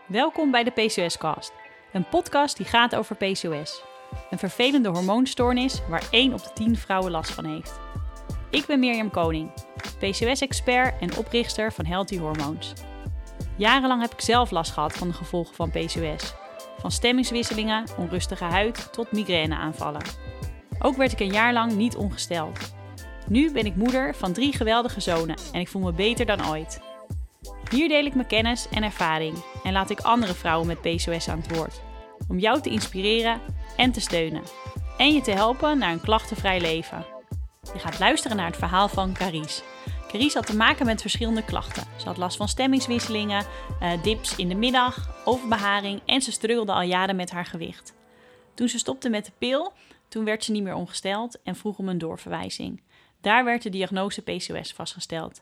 Welkom bij de PCOS-cast, een podcast die gaat over PCOS. Een vervelende hormoonstoornis waar 1 op de 10 vrouwen last van heeft. Ik ben Mirjam Koning, PCOS-expert en oprichter van Healthy Hormones. Jarenlang heb ik zelf last gehad van de gevolgen van PCOS. Van stemmingswisselingen, onrustige huid tot migraineaanvallen. Ook werd ik een jaar lang niet ongesteld. Nu ben ik moeder van 3 geweldige zonen en ik voel me beter dan ooit. Hier deel ik mijn kennis en ervaring en laat ik andere vrouwen met PCOS aan het woord. Om jou te inspireren en te steunen. En je te helpen naar een klachtenvrij leven. Je gaat luisteren naar het verhaal van Carice. Carice had te maken met verschillende klachten. Ze had last van stemmingswisselingen, dips in de middag, overbeharing en ze struggelde al jaren met haar gewicht. Toen ze stopte met de pil, toen werd ze niet meer ongesteld en vroeg om een doorverwijzing. Daar werd de diagnose PCOS vastgesteld.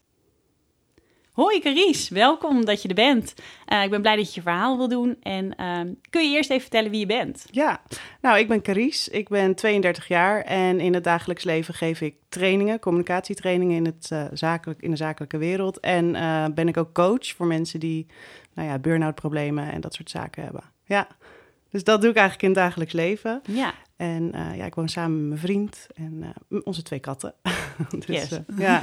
Hoi Carice, welkom dat je er bent. Ik ben blij dat je je verhaal wil doen. En kun je eerst even vertellen wie je bent? Ja, nou ik ben Carice, ik ben 32 jaar en in het dagelijks leven geef ik trainingen, communicatietrainingen in de zakelijke wereld. En ben ik ook coach voor mensen die burn-out problemen en dat soort zaken hebben. Ja, dus dat doe ik eigenlijk in het dagelijks leven. Ja. En ik woon samen met mijn vriend en onze 2 katten. Dus, yes. Ja.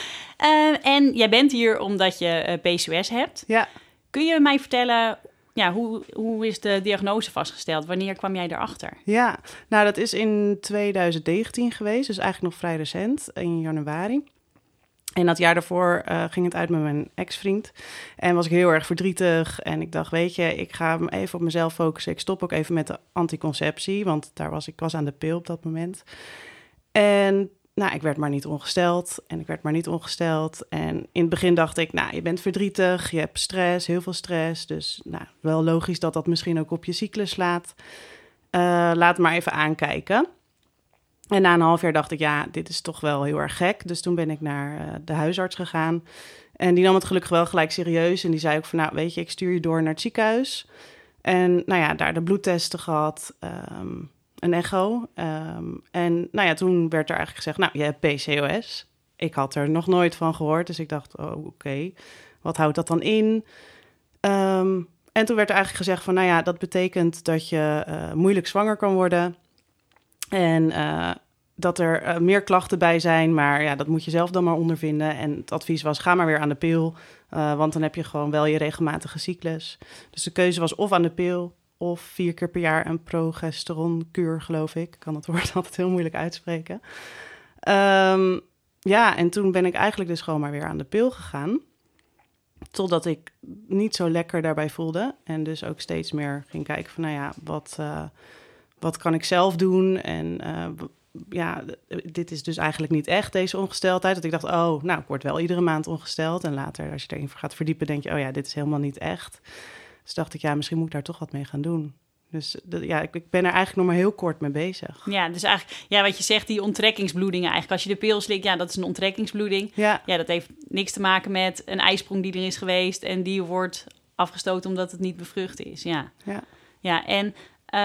En jij bent hier omdat je PCOS hebt. Ja. Kun je mij vertellen, hoe is de diagnose vastgesteld? Wanneer kwam jij erachter? Ja, nou dat is in 2019 geweest, dus eigenlijk nog vrij recent, in januari. En dat jaar daarvoor ging het uit met mijn ex-vriend. En was ik heel erg verdrietig. En ik dacht, weet je, ik ga me even op mezelf focussen. Ik stop ook even met de anticonceptie, want ik was aan de pil op dat moment. En ik werd maar niet ongesteld. En in het begin dacht ik, je bent verdrietig, je hebt stress, heel veel stress. Dus wel logisch dat dat misschien ook op je cyclus slaat. Laat maar even aankijken. En na een half jaar dacht ik, dit is toch wel heel erg gek. Dus toen ben ik naar de huisarts gegaan. En die nam het gelukkig wel gelijk serieus. En die zei ook van, weet je, ik stuur je door naar het ziekenhuis. En daar de bloedtesten gehad, een echo. En toen werd er eigenlijk gezegd, je hebt PCOS. Ik had er nog nooit van gehoord. Dus ik dacht, oké, wat houdt dat dan in? En toen werd er eigenlijk gezegd van, dat betekent dat je moeilijk zwanger kan worden. En dat er meer klachten bij zijn, maar dat moet je zelf dan maar ondervinden. En het advies was, ga maar weer aan de pil, want dan heb je gewoon wel je regelmatige cyclus. Dus de keuze was of aan de pil of 4 keer per jaar een progesteronkuur, geloof ik. Ik kan het woord altijd heel moeilijk uitspreken. En toen ben ik eigenlijk dus gewoon maar weer aan de pil gegaan. Totdat ik niet zo lekker daarbij voelde. En dus ook steeds meer ging kijken van, wat kan ik zelf doen? En dit is dus eigenlijk niet echt, deze ongesteldheid. Dat ik dacht, ik word wel iedere maand ongesteld. En later, als je erin gaat verdiepen, denk je, dit is helemaal niet echt. Dus dacht ik, misschien moet ik daar toch wat mee gaan doen. Dus ik ben er eigenlijk nog maar heel kort mee bezig. Ja, dus eigenlijk, wat je zegt, die onttrekkingsbloedingen. Eigenlijk als je de pil slikt, dat is een onttrekkingsbloeding. Ja. Dat heeft niks te maken met een ijsprong die er is geweest en die wordt afgestoten omdat het niet bevrucht is. Ja, en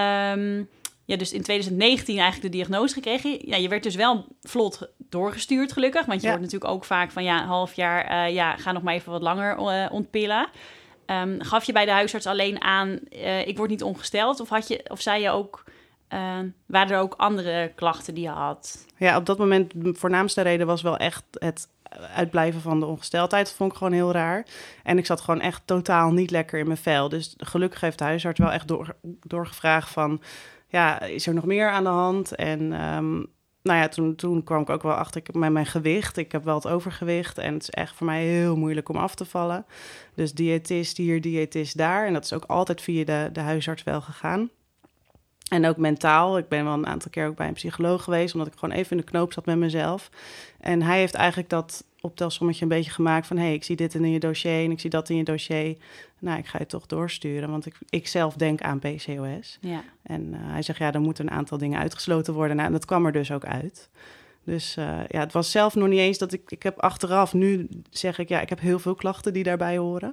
dus in 2019 eigenlijk de diagnose gekregen. Je werd dus wel vlot doorgestuurd, gelukkig. Want je hoort natuurlijk ook vaak van, een half jaar, ga nog maar even wat langer ontpillen. Gaf je bij de huisarts alleen aan, ik word niet ongesteld? Of zei je ook, waren er ook andere klachten die je had? Ja, op dat moment de voornaamste reden was wel echt het uitblijven van de ongesteldheid. Dat vond ik gewoon heel raar. En ik zat gewoon echt totaal niet lekker in mijn vel. Dus gelukkig heeft de huisarts wel echt doorgevraagd van, is er nog meer aan de hand? En toen kwam ik ook wel achter met mijn gewicht. Ik heb wel het overgewicht en het is echt voor mij heel moeilijk om af te vallen. Dus diëtist hier, diëtist daar. En dat is ook altijd via de huisarts wel gegaan. En ook mentaal. Ik ben wel een aantal keer ook bij een psycholoog geweest, omdat ik gewoon even in de knoop zat met mezelf. En hij heeft eigenlijk dat optelsommetje een beetje gemaakt van, ik zie dit in je dossier en ik zie dat in je dossier. Ik ga je toch doorsturen, want ik zelf denk aan PCOS. Ja. En hij zegt, er moeten een aantal dingen uitgesloten worden. En dat kwam er dus ook uit. Dus het was zelf nog niet eens dat ik heb achteraf, nu zeg ik, ik heb heel veel klachten die daarbij horen.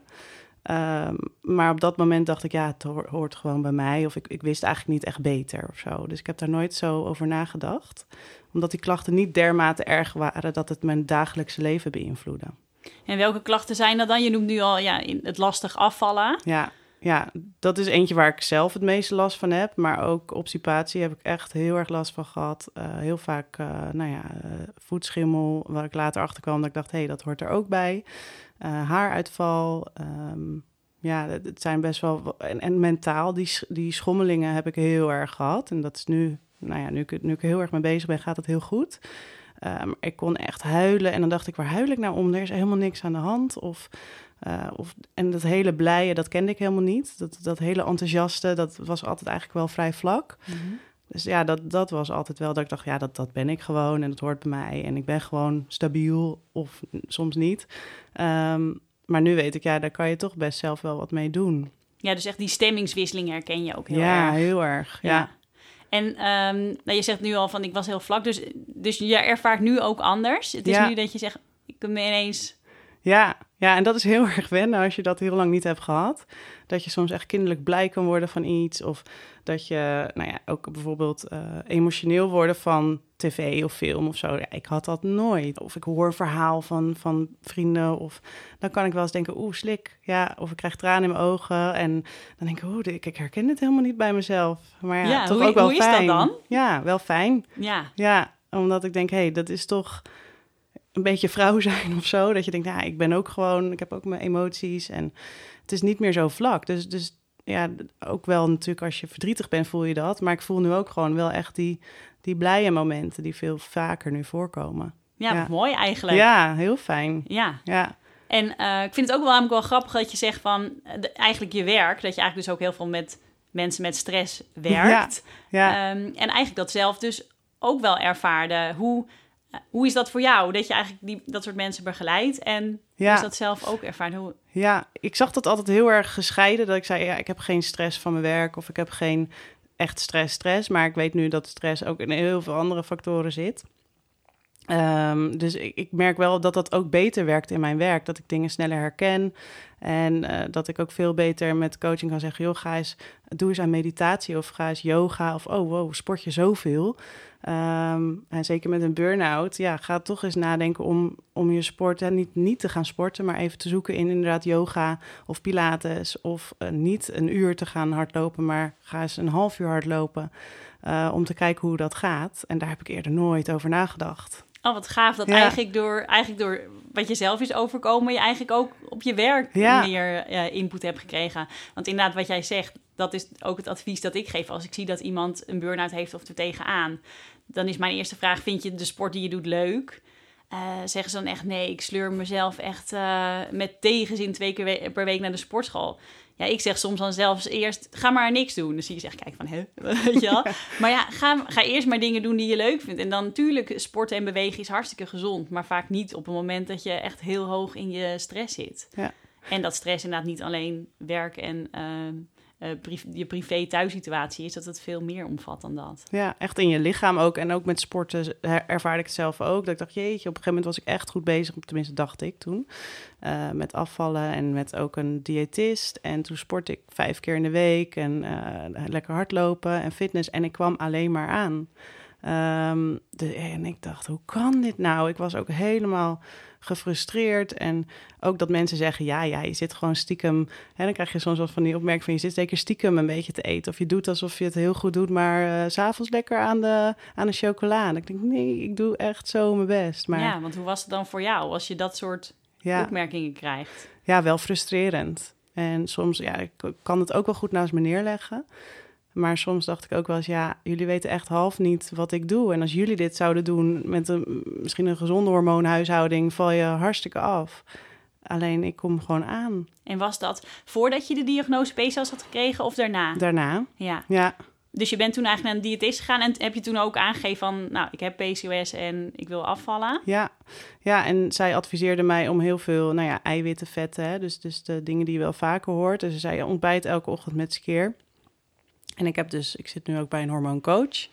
Maar op dat moment dacht ik, het hoort gewoon bij mij. Of ik wist eigenlijk niet echt beter of zo. Dus ik heb daar nooit zo over nagedacht. Omdat die klachten niet dermate erg waren dat het mijn dagelijkse leven beïnvloedde. En welke klachten zijn dat dan? Je noemt nu al het lastig afvallen. Ja. ja, dat is eentje waar ik zelf het meeste last van heb. Maar ook obstipatie heb ik echt heel erg last van gehad. Heel vaak, voetschimmel, waar ik later achter kwam dat ik dacht, dat hoort er ook bij. Haaruitval, het zijn best wel... En mentaal, die schommelingen heb ik heel erg gehad. En dat is nu, nu ik er heel erg mee bezig ben, gaat het heel goed. Ik kon echt huilen en dan dacht ik, waar huil ik nou om? Er is helemaal niks aan de hand. En dat hele blije, dat kende ik helemaal niet. Dat hele enthousiaste, dat was altijd eigenlijk wel vrij vlak. Mm-hmm. Dus ja, dat was altijd wel dat ik dacht, ja, dat ben ik gewoon en dat hoort bij mij. En ik ben gewoon stabiel of soms niet. Maar nu weet ik, daar kan je toch best zelf wel wat mee doen. Ja, dus echt die stemmingswisseling herken je ook heel erg. Ja, heel erg, ja. En je zegt nu al van, ik was heel vlak, dus je ervaart nu ook anders. Het is nu dat je zegt, ik ben ineens... Ja, en dat is heel erg wennen als je dat heel lang niet hebt gehad. Dat je soms echt kinderlijk blij kan worden van iets. Of dat je, ook bijvoorbeeld emotioneel worden van tv of film of zo. Ja, ik had dat nooit. Of ik hoor een verhaal van vrienden. Of dan kan ik wel eens denken, slik. Ja, of ik krijg tranen in mijn ogen. En dan denk ik, ik herken het helemaal niet bij mezelf. Maar ja, toch ook wel fijn. Hoe is dat dan? Ja, wel fijn. Ja, omdat ik denk, dat is toch... een beetje vrouw zijn of zo. Dat je denkt, ik ben ook gewoon... ik heb ook mijn emoties en het is niet meer zo vlak. Dus ja, ook wel natuurlijk als je verdrietig bent voel je dat. Maar ik voel nu ook gewoon wel echt die blije momenten... die veel vaker nu voorkomen. Ja, mooi eigenlijk. Ja, heel fijn. Ja. En ik vind het ook wel grappig dat je zegt van... eigenlijk je werk, dat je eigenlijk dus ook heel veel met mensen met stress werkt. Ja. En eigenlijk dat zelf dus ook wel ervaarde. Hoe is dat voor jou, dat je eigenlijk dat soort mensen begeleidt? En hoe is dat zelf ook ervaren? Ja, ik zag dat altijd heel erg gescheiden. Dat ik zei, ik heb geen stress van mijn werk... of ik heb geen echt stress. Maar ik weet nu dat stress ook in heel veel andere factoren zit. Dus ik merk wel dat dat ook beter werkt in mijn werk. Dat ik dingen sneller herken. En dat ik ook veel beter met coaching kan zeggen... joh, doe eens aan meditatie of ga eens yoga. Of wow, sport je zoveel? En zeker met een burn-out, ga toch eens nadenken om je sport... niet te gaan sporten, maar even te zoeken in inderdaad yoga of pilates... of niet een uur te gaan hardlopen, maar ga eens een half uur hardlopen... om te kijken hoe dat gaat. En daar heb ik eerder nooit over nagedacht. Oh, wat gaaf dat eigenlijk door wat je zelf is overkomen... je eigenlijk ook op je werk meer input hebt gekregen. Want inderdaad, wat jij zegt, dat is ook het advies dat ik geef. Als ik zie dat iemand een burn-out heeft of er tegenaan... dan is mijn eerste vraag, vind je de sport die je doet leuk? Zeggen ze dan echt, nee, ik sleur mezelf echt met tegenzin 2 keer per week naar de sportschool... Ja, ik zeg soms dan zelfs eerst, ga maar niks doen. Dan zie je echt kijken van, weet je wel. Maar ga eerst maar dingen doen die je leuk vindt. En dan natuurlijk, sporten en bewegen is hartstikke gezond. Maar vaak niet op het moment dat je echt heel hoog in je stress zit. Ja. En dat stress inderdaad niet alleen werk en je privé-thuissituatie is, dat het veel meer omvat dan dat. Ja, echt in je lichaam ook. En ook met sporten ervaarde ik het zelf ook. Dat ik dacht, jeetje, op een gegeven moment was ik echt goed bezig. Tenminste, dacht ik toen. Met afvallen en met ook een diëtist. En toen sportte ik 5 keer in de week. En lekker hardlopen en fitness. En ik kwam alleen maar aan. En ik dacht, hoe kan dit nou? Ik was ook helemaal gefrustreerd. En ook dat mensen zeggen, ja, je zit gewoon stiekem... Hè, dan krijg je soms wel van die opmerking van... je zit zeker stiekem een beetje te eten. Of je doet alsof je het heel goed doet... maar 's avonds lekker aan de chocola. En ik denk, nee, ik doe echt zo mijn best. Maar... Ja, want hoe was het dan voor jou... als je dat soort opmerkingen krijgt? Ja, wel frustrerend. En soms ik kan het ook wel goed naast me neerleggen... Maar soms dacht ik ook wel eens, jullie weten echt half niet wat ik doe. En als jullie dit zouden doen met misschien een gezonde hormoonhuishouding, val je hartstikke af. Alleen ik kom gewoon aan. En was dat voordat je de diagnose PCOS had gekregen of daarna? Daarna. Ja. Dus je bent toen eigenlijk naar een diëtist gegaan en heb je toen ook aangegeven van, nou, ik heb PCOS en ik wil afvallen? Ja, en zij adviseerde mij om heel veel, eiwitten, vetten, hè, dus de dingen die je wel vaker hoort. Dus ze zei, ontbijt elke ochtend met skeer. En ik zit nu ook bij een hormooncoach.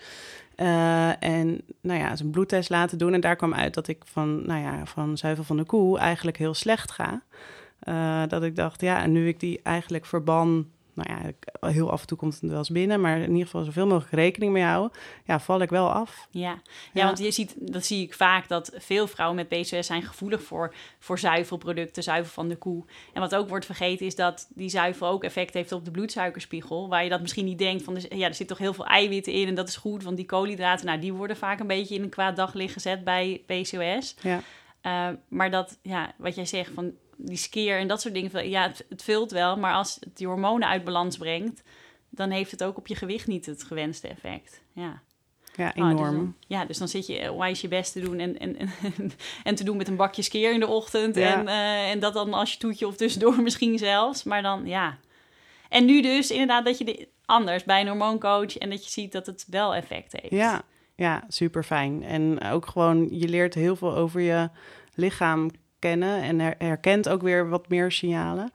En het is een bloedtest laten doen. En daar kwam uit dat ik van zuivel van de koe eigenlijk heel slecht ga. Dat ik dacht, en nu ik die eigenlijk verban nou ja, heel af en toe komt het wel eens binnen, maar in ieder geval zoveel mogelijk rekening mee houden, ja, val ik wel af. Ja, want dat zie ik vaak, dat veel vrouwen met PCOS zijn gevoelig voor zuivelproducten, zuivel van de koe. En wat ook wordt vergeten is dat die zuivel ook effect heeft op de bloedsuikerspiegel, waar je dat misschien niet denkt van, ja, er zit toch heel veel eiwitten in en dat is goed, want die koolhydraten, nou, die worden vaak een beetje in een kwaad daglicht gezet bij PCOS. Ja. Maar dat, ja, wat jij zegt van die skeer en dat soort dingen, ja, het vult wel, maar als het die hormonen uit balans brengt, dan heeft het ook op je gewicht niet het gewenste effect. Ja, enorm. Dus dan zit je onwijs je best te doen en te doen met een bakje skeer in de ochtend. Ja. En dat dan als je toetje of tussendoor misschien zelfs. Maar dan, ja. En nu dus inderdaad dat je anders bij een hormooncoach en dat je ziet dat het wel effect heeft. Ja, super fijn. En ook gewoon, je leert heel veel over je lichaam kennen en herkent ook weer wat meer signalen.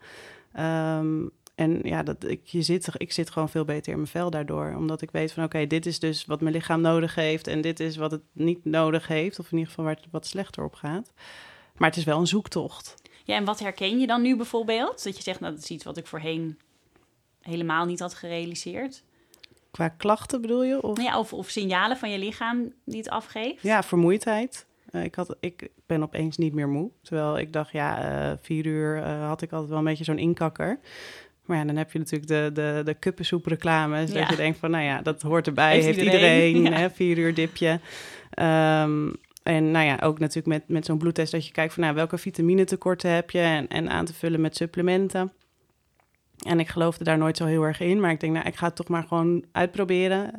En ja, ik zit gewoon veel beter in mijn vel daardoor. Omdat ik weet van oké, dit is dus wat mijn lichaam nodig heeft en dit is wat het niet nodig heeft. Of in ieder geval waar het wat slechter op gaat. Maar het is wel een zoektocht. Ja, en wat herken je dan nu bijvoorbeeld? Dat je zegt, nou, dat is iets wat ik voorheen helemaal niet had gerealiseerd. Qua klachten bedoel je? Of? Ja, of signalen van je lichaam die het afgeeft? Ja, vermoeidheid. Ik ben opeens niet meer moe. Terwijl ik dacht, 4 uur had ik altijd wel een beetje zo'n inkakker. Maar ja, dan heb je natuurlijk de kuppensoep reclames. Ja. Dat je denkt van, nou ja, dat hoort erbij. Heeft iedereen hè, 4 uur dipje. En nou ja, ook natuurlijk met zo'n bloedtest dat je kijkt van, nou, welke vitaminetekorten heb je en aan te vullen met supplementen. En ik geloofde daar nooit zo heel erg in. Maar ik denk, nou, ik ga het toch maar gewoon uitproberen.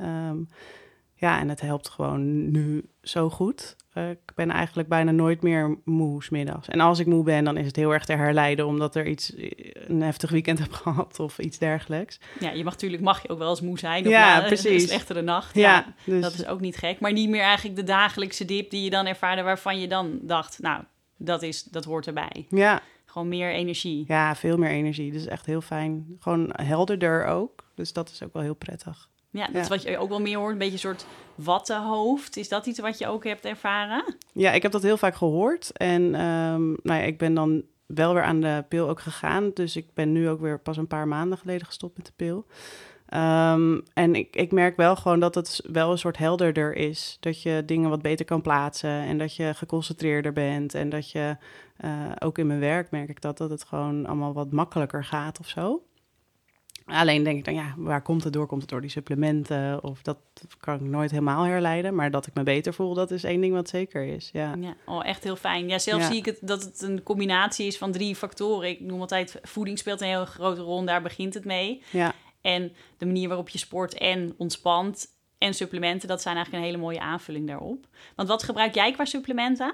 En het helpt gewoon nu zo goed. Ik ben eigenlijk bijna nooit meer moe 's middags. En als ik moe ben, dan is het heel erg te herleiden omdat er een heftig weekend heb gehad of iets dergelijks. Ja, mag je ook wel eens moe zijn. Of precies. Een slechtere nacht. Ja, dus dat is ook niet gek. Maar niet meer eigenlijk de dagelijkse dip die je dan ervaarde, waarvan je dan dacht, nou, dat hoort erbij. Ja. Gewoon meer energie. Ja, veel meer energie. Dus echt heel fijn. Gewoon helderder ook. Dus dat is ook wel heel prettig. Ja, dat is wat je ook wel meer hoort. Een beetje een soort wattenhoofd. Is dat iets wat je ook hebt ervaren? Ja, ik heb dat heel vaak gehoord. En ik ben dan wel weer aan de pil ook gegaan. Dus ik ben nu ook weer pas een paar maanden geleden gestopt met de pil. En ik merk wel gewoon dat het wel een soort helderder is. Dat je dingen wat beter kan plaatsen. En dat je geconcentreerder bent. En dat je, ook in mijn werk merk ik dat het gewoon allemaal wat makkelijker gaat of zo. Alleen denk ik dan, ja, waar komt het door? Komt het door die supplementen? Of dat kan ik nooit helemaal herleiden. Maar dat ik me beter voel, dat is één ding wat zeker is. Ja, echt heel fijn. Ja, zelf zie ik dat het een combinatie is van 3 factoren. Ik noem altijd, voeding speelt een heel grote rol en daar begint het mee. Ja. En de manier waarop je sport en ontspant en supplementen, dat zijn eigenlijk een hele mooie aanvulling daarop. Want wat gebruik jij qua supplementen?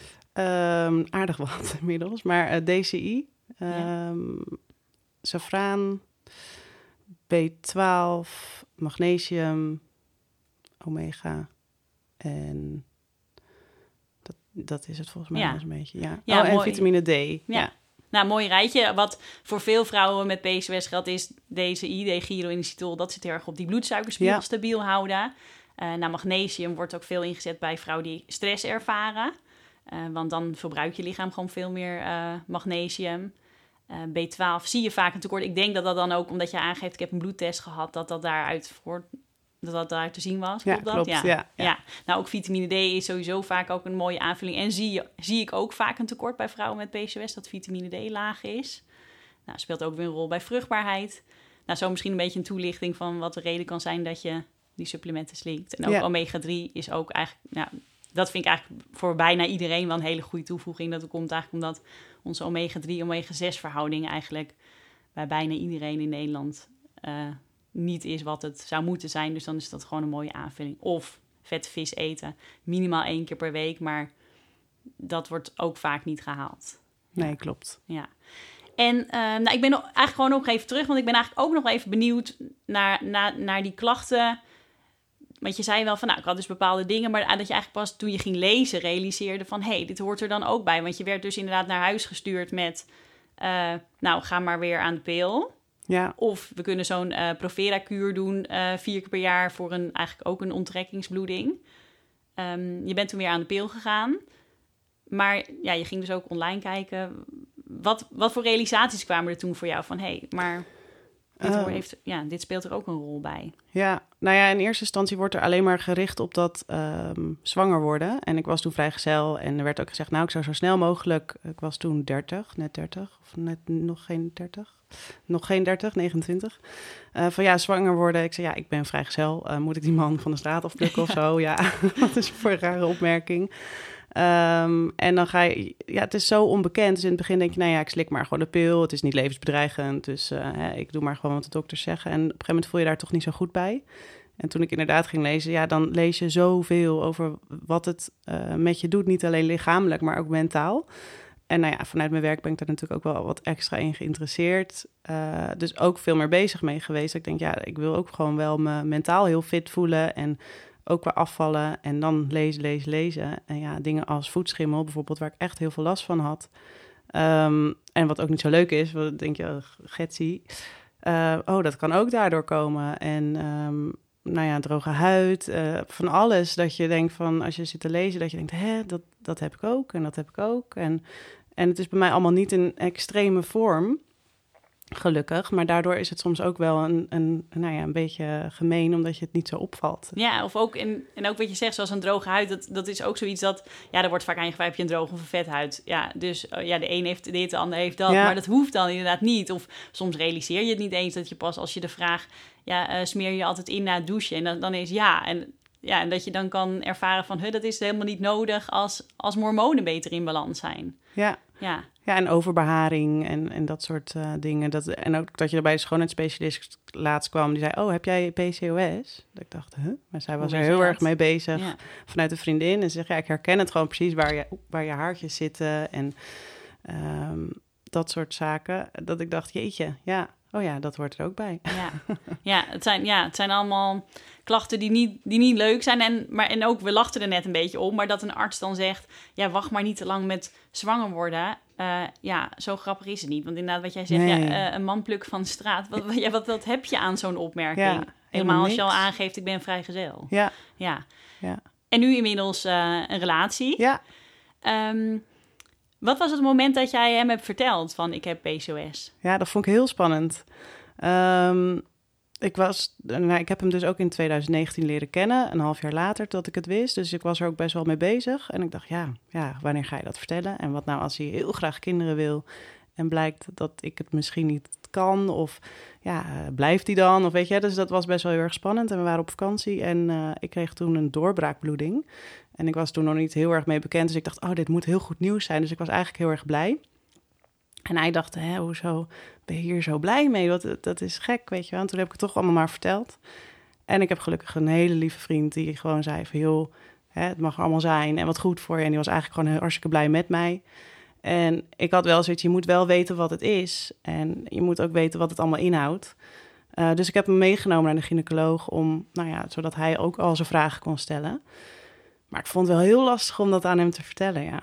Aardig wat inmiddels, maar DCI, safraan, B12, magnesium, omega en dat is het volgens mij een beetje. Ja. En vitamine D. Ja. Nou, mooi rijtje. Wat voor veel vrouwen met PCOS geldt is DCI, dehydroïnositol. Dat zit heel erg op die bloedsuikerspiegel stabiel houden. Magnesium wordt ook veel ingezet bij vrouwen die stress ervaren. Want dan verbruikt je lichaam gewoon veel meer magnesium. B12 zie je vaak een tekort. Ik denk dat dan ook, omdat je aangeeft, ik heb een bloedtest gehad, dat daaruit daaruit te zien was. Klopt dat? Klopt, ja. Nou, ook vitamine D is sowieso vaak ook een mooie aanvulling. En zie ik ook vaak een tekort bij vrouwen met PCOS, dat vitamine D laag is. Nou, speelt ook weer een rol bij vruchtbaarheid. Nou, zo misschien een beetje een toelichting van wat de reden kan zijn dat je die supplementen slinkt. En ook omega-3 is ook eigenlijk, dat vind ik eigenlijk voor bijna iedereen wel een hele goede toevoeging. Dat komt eigenlijk omdat onze omega-3, omega-6 verhouding eigenlijk bij bijna iedereen in Nederland niet is wat het zou moeten zijn. Dus dan is dat gewoon een mooie aanvulling. Of vette vis eten, minimaal 1 keer per week, maar dat wordt ook vaak niet gehaald. Nee, klopt. Ja. En ik ben eigenlijk gewoon nog even terug, want ik ben eigenlijk ook nog even benieuwd naar die klachten. Want je zei wel van, ik had dus bepaalde dingen, maar dat je eigenlijk pas toen je ging lezen realiseerde van, dit hoort er dan ook bij. Want je werd dus inderdaad naar huis gestuurd met, ga maar weer aan de pil. Ja. Of we kunnen zo'n Provera-kuur doen 4 keer per jaar voor eigenlijk ook een onttrekkingsbloeding. Je bent toen weer aan de pil gegaan. Maar je ging dus ook online kijken. Wat voor realisaties kwamen er toen voor jou van, maar... Dit speelt er ook een rol bij. Ja, nou ja, in eerste instantie wordt er alleen maar gericht op dat zwanger worden. En ik was toen vrijgezel en er werd ook gezegd, nou, ik zou zo snel mogelijk... Ik was toen 30, net 30, of net nog geen 30. Nog geen 30, 29. Zwanger worden. Ik zei, ik ben vrijgezel. Moet ik die man van de straat afplukken of zo? Ja, dat is voor een rare opmerking. En dan ga je... Ja, het is zo onbekend. Dus in het begin denk je, ik slik maar gewoon de pil. Het is niet levensbedreigend. Dus ik doe maar gewoon wat de dokters zeggen. En op een gegeven moment voel je daar toch niet zo goed bij. En toen ik inderdaad ging lezen, dan lees je zoveel over wat het met je doet. Niet alleen lichamelijk, maar ook mentaal. En vanuit mijn werk ben ik daar natuurlijk ook wel wat extra in geïnteresseerd. Dus ook veel meer bezig mee geweest. Ik denk, ik wil ook gewoon wel me mentaal heel fit voelen en ook weer afvallen en dan lezen. En dingen als voetschimmel bijvoorbeeld, waar ik echt heel veel last van had. En wat ook niet zo leuk is, wat denk je, getsie. Dat kan ook daardoor komen. En droge huid, van alles. Dat je denkt van, als je zit te lezen, dat je denkt, dat heb ik ook en dat heb ik ook. En het is bij mij allemaal niet in extreme vorm, gelukkig. Maar daardoor is het soms ook wel een beetje gemeen, omdat je het niet zo opvalt. Ja, of ook, en ook wat je zegt, zoals een droge huid, dat is ook zoiets dat... Ja, er wordt vaak aan je gevraagd, heb je een droge of een vet huid? Ja, dus de een heeft dit, de ander heeft dat. Ja. Maar dat hoeft dan inderdaad niet. Of soms realiseer je het niet eens dat je pas als je de vraag... smeer je altijd in na het douchen? En dan is ja. En dat je dan kan ervaren van... dat is helemaal niet nodig als hormonen beter in balans zijn. Ja. Ja, en overbeharing en dat soort dingen. En ook dat je bij de schoonheidsspecialist laatst kwam. Die zei, heb jij PCOS? Dat ik dacht, Maar zij was er heel erg mee bezig vanuit een vriendin. En ze zegt, ik herken het gewoon precies waar je haartjes zitten. En dat soort zaken. Dat ik dacht, jeetje, dat hoort er ook bij. Het zijn allemaal klachten die niet leuk zijn. En ook, we lachten er net een beetje om. Maar dat een arts dan zegt, wacht maar niet te lang met zwanger worden. Zo grappig is het niet. Want inderdaad, wat jij zegt, een man plukken van de straat. Wat heb je aan zo'n opmerking? Ja, helemaal als je al aangeeft, ik ben vrijgezel. Ja. En nu inmiddels een relatie. Ja. Wat was het moment dat jij hem hebt verteld van ik heb PCOS? Ja, dat vond ik heel spannend. Ik heb hem dus ook in 2019 leren kennen, een half jaar later dat ik het wist. Dus ik was er ook best wel mee bezig. En ik dacht, wanneer ga je dat vertellen? En wat nou als hij heel graag kinderen wil en blijkt dat ik het misschien niet kan? Of blijft hij dan? Of weet je, dus dat was best wel heel erg spannend. En we waren op vakantie en ik kreeg toen een doorbraakbloeding. En ik was toen nog niet heel erg mee bekend. Dus ik dacht, dit moet heel goed nieuws zijn. Dus ik was eigenlijk heel erg blij. En hij dacht, hoezo ben je hier zo blij mee? Dat is gek, weet je wel. En toen heb ik het toch allemaal maar verteld. En ik heb gelukkig een hele lieve vriend die gewoon zei van... joh, het mag er allemaal zijn en wat goed voor je. En die was eigenlijk gewoon hartstikke blij met mij. En ik had wel zoiets, je moet wel weten wat het is. En je moet ook weten wat het allemaal inhoudt. Dus ik heb hem meegenomen naar de gynaecoloog... zodat hij ook al zijn vragen kon stellen... Maar ik vond het wel heel lastig om dat aan hem te vertellen,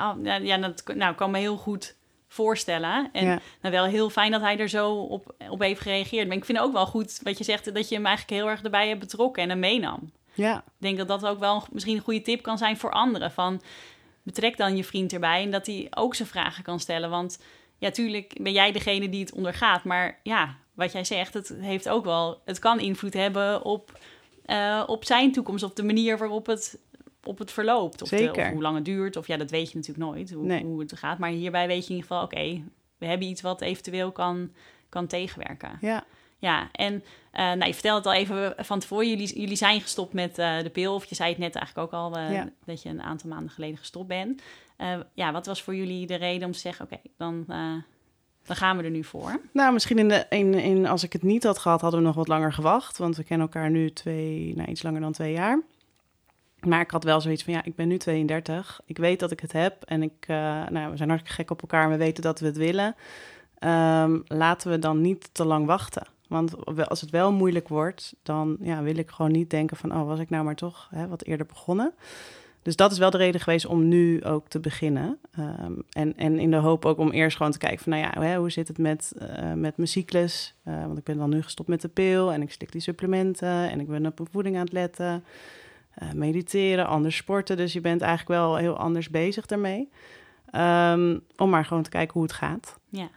dat kan me heel goed voorstellen. En wel heel fijn dat hij er zo op heeft gereageerd. Maar ik vind ook wel goed wat je zegt... dat je hem eigenlijk heel erg erbij hebt betrokken en hem meenam. Ja. Ik denk dat dat ook wel misschien een goede tip kan zijn voor anderen. Van, betrek dan je vriend erbij en dat hij ook zijn vragen kan stellen. Want tuurlijk ben jij degene die het ondergaat. Maar wat jij zegt, het kan invloed hebben op zijn toekomst... of de manier waarop het verloopt. Of hoe lang het duurt. Of dat weet je natuurlijk nooit, hoe het gaat. Maar hierbij weet je in ieder geval, we hebben iets wat eventueel kan tegenwerken. Ja, en je vertelde het al even van tevoren. Jullie zijn gestopt met de pil. Of je zei het net eigenlijk ook al, dat je een aantal maanden geleden gestopt bent. Wat was voor jullie de reden om te zeggen, dan gaan we er nu voor? Nou, misschien als ik het niet had gehad, hadden we nog wat langer gewacht. Want we kennen elkaar nu iets langer dan 2 jaar. Maar ik had wel zoiets van, ik ben nu 32. Ik weet dat ik het heb. En we zijn hartstikke gek op elkaar. En we weten dat we het willen. Laten we dan niet te lang wachten. Want als het wel moeilijk wordt, dan wil ik gewoon niet denken van... was ik nou maar toch wat eerder begonnen. Dus dat is wel de reden geweest om nu ook te beginnen. En in de hoop ook om eerst gewoon te kijken van... hoe zit het met mijn cyclus? Want ik ben dan nu gestopt met de pil en ik slik die supplementen... en ik ben op mijn voeding aan het letten... mediteren, anders sporten. Dus je bent eigenlijk wel heel anders bezig daarmee. Om maar gewoon te kijken hoe het gaat. Ja.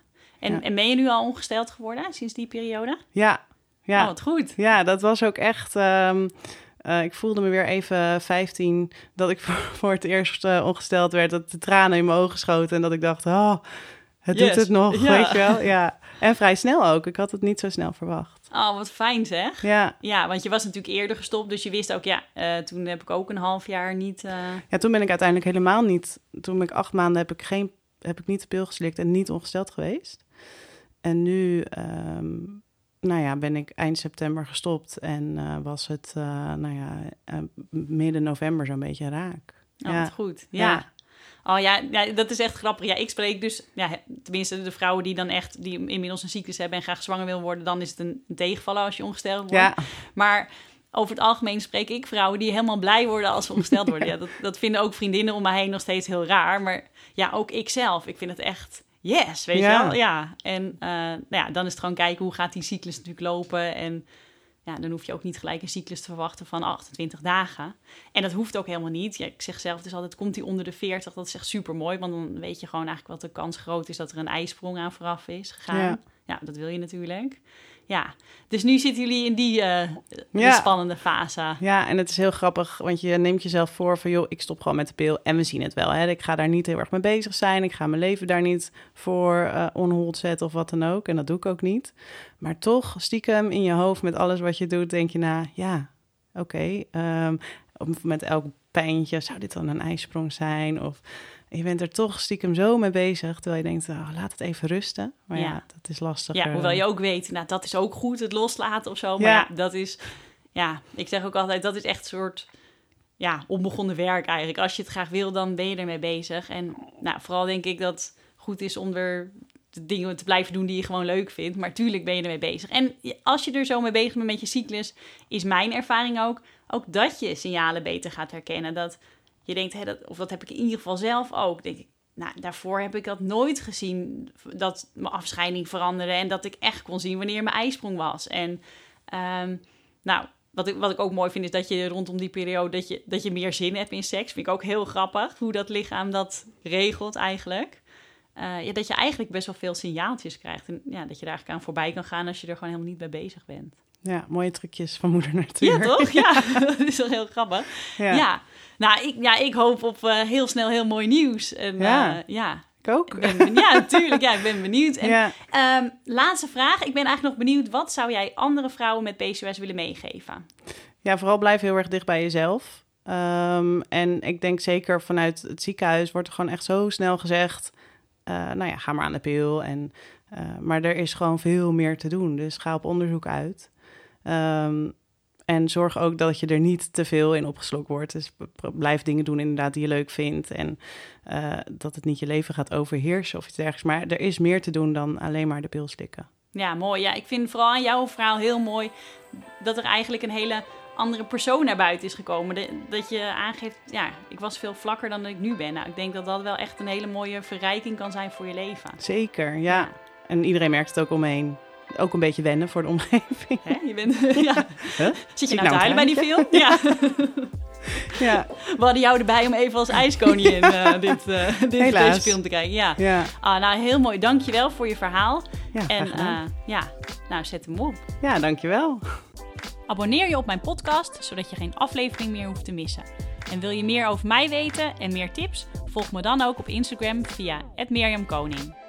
En ben je nu al ongesteld geworden sinds die periode? Ja. Oh, wat goed. Ja, dat was ook echt... ik voelde me weer even 15 dat ik voor het eerst ongesteld werd. Dat de tranen in mijn ogen schoten en dat ik dacht, het doet het nog, weet je wel. Ja. En vrij snel ook. Ik had het niet zo snel verwacht. Oh, wat fijn zeg. Ja, want je was natuurlijk eerder gestopt, dus je wist ook, toen heb ik ook een half jaar niet... Ja, toen ben ik uiteindelijk helemaal niet... Toen ben ik 8 maanden heb ik niet de pil geslikt en niet ongesteld geweest. En nu... ben ik eind september gestopt en was het midden november zo'n beetje raak. Oh, wat goed. Ja. Oh ja, dat is echt grappig. Ja, ik spreek dus, tenminste de vrouwen die dan echt, die inmiddels een cyclus hebben en graag zwanger willen worden, dan is het een tegenvaller als je ongesteld wordt. Ja. Maar over het algemeen spreek ik vrouwen die helemaal blij worden als ze ongesteld worden. Ja, dat vinden ook vriendinnen om me heen nog steeds heel raar. Maar ja, ook ik zelf. Ik vind het echt... Yes, weet je wel? Ja. En dan is het gewoon kijken hoe gaat die cyclus natuurlijk lopen. En ja, dan hoef je ook niet gelijk een cyclus te verwachten van 28 dagen. En dat hoeft ook helemaal niet. Ja, ik zeg zelf dus altijd, komt die onder de 40? Dat is echt super mooi, want dan weet je gewoon eigenlijk wat de kans groot is dat er een ijsprong aan vooraf is gegaan. Ja, dat wil je natuurlijk. Ja, dus nu zitten jullie in die spannende fase. Ja, en het is heel grappig, want je neemt jezelf voor van... joh, ik stop gewoon met de pil en we zien het wel. Hè? Ik ga daar niet heel erg mee bezig zijn. Ik ga mijn leven daar niet voor on hold zetten of wat dan ook. En dat doe ik ook niet. Maar toch, stiekem in je hoofd met alles wat je doet... denk je oké. Met elk pijntje, zou dit dan een ijsprong zijn? Of... Je bent er toch stiekem zo mee bezig, terwijl je denkt, laat het even rusten. Maar ja, dat is lastig. Ja, hoewel je ook weet, dat is ook goed, het loslaten of zo. Maar dat is, ik zeg ook altijd, dat is echt een soort, onbegonnen werk eigenlijk. Als je het graag wil, dan ben je ermee bezig. En vooral denk ik dat het goed is om er de dingen te blijven doen die je gewoon leuk vindt. Maar tuurlijk ben je ermee bezig. En als je er zo mee bezig bent met je cyclus, is mijn ervaring ook dat je signalen beter gaat herkennen. Dat je denkt, dat heb ik in ieder geval zelf ook. Denk ik, daarvoor heb ik dat nooit gezien, dat mijn afscheiding veranderde en dat ik echt kon zien wanneer mijn ijsprong was. En wat ik ook mooi vind, is dat je rondom die periode, dat je meer zin hebt in seks. Vind ik ook heel grappig, hoe dat lichaam dat regelt eigenlijk. Dat je eigenlijk best wel veel signaaltjes krijgt. En dat je daar eigenlijk aan voorbij kan gaan als je er gewoon helemaal niet mee bezig bent. Ja, mooie trucjes van moeder natuur. Ja, toch? Ja, dat is wel heel grappig. Ja. Ik hoop op heel snel heel mooi nieuws. En, ik ook. Tuurlijk. Ja, ik ben benieuwd. En, laatste vraag. Ik ben eigenlijk nog benieuwd. Wat zou jij andere vrouwen met PCOS willen meegeven? Ja, vooral blijf heel erg dicht bij jezelf. En ik denk zeker vanuit het ziekenhuis wordt er gewoon echt zo snel gezegd... ga maar aan de pil. Maar er is gewoon veel meer te doen. Dus ga op onderzoek uit. En zorg ook dat je er niet te veel in opgeslokt wordt. Dus blijf dingen doen inderdaad die je leuk vindt. En dat het niet je leven gaat overheersen of iets dergelijks. Maar er is meer te doen dan alleen maar de pil slikken. Ja, mooi. Ja, ik vind vooral aan jouw verhaal heel mooi... dat er eigenlijk een hele andere persoon naar buiten is gekomen. Dat je aangeeft, ik was veel vlakker dan ik nu ben. Ik denk dat dat wel echt een hele mooie verrijking kan zijn voor je leven. Zeker, ja. En iedereen merkt het ook omheen. Ook een beetje wennen voor de omgeving. Hè? Je bent, Zit je nou te huilen bij die film? Ja. Ja. We hadden jou erbij om even als ijskoningin deze film te kijken. Ja. Heel mooi. Dank je wel voor je verhaal. Ja, en zet hem op. Ja, dankjewel. Abonneer je op mijn podcast, zodat je geen aflevering meer hoeft te missen. En wil je meer over mij weten en meer tips? Volg me dan ook op Instagram via @mirjamkoning.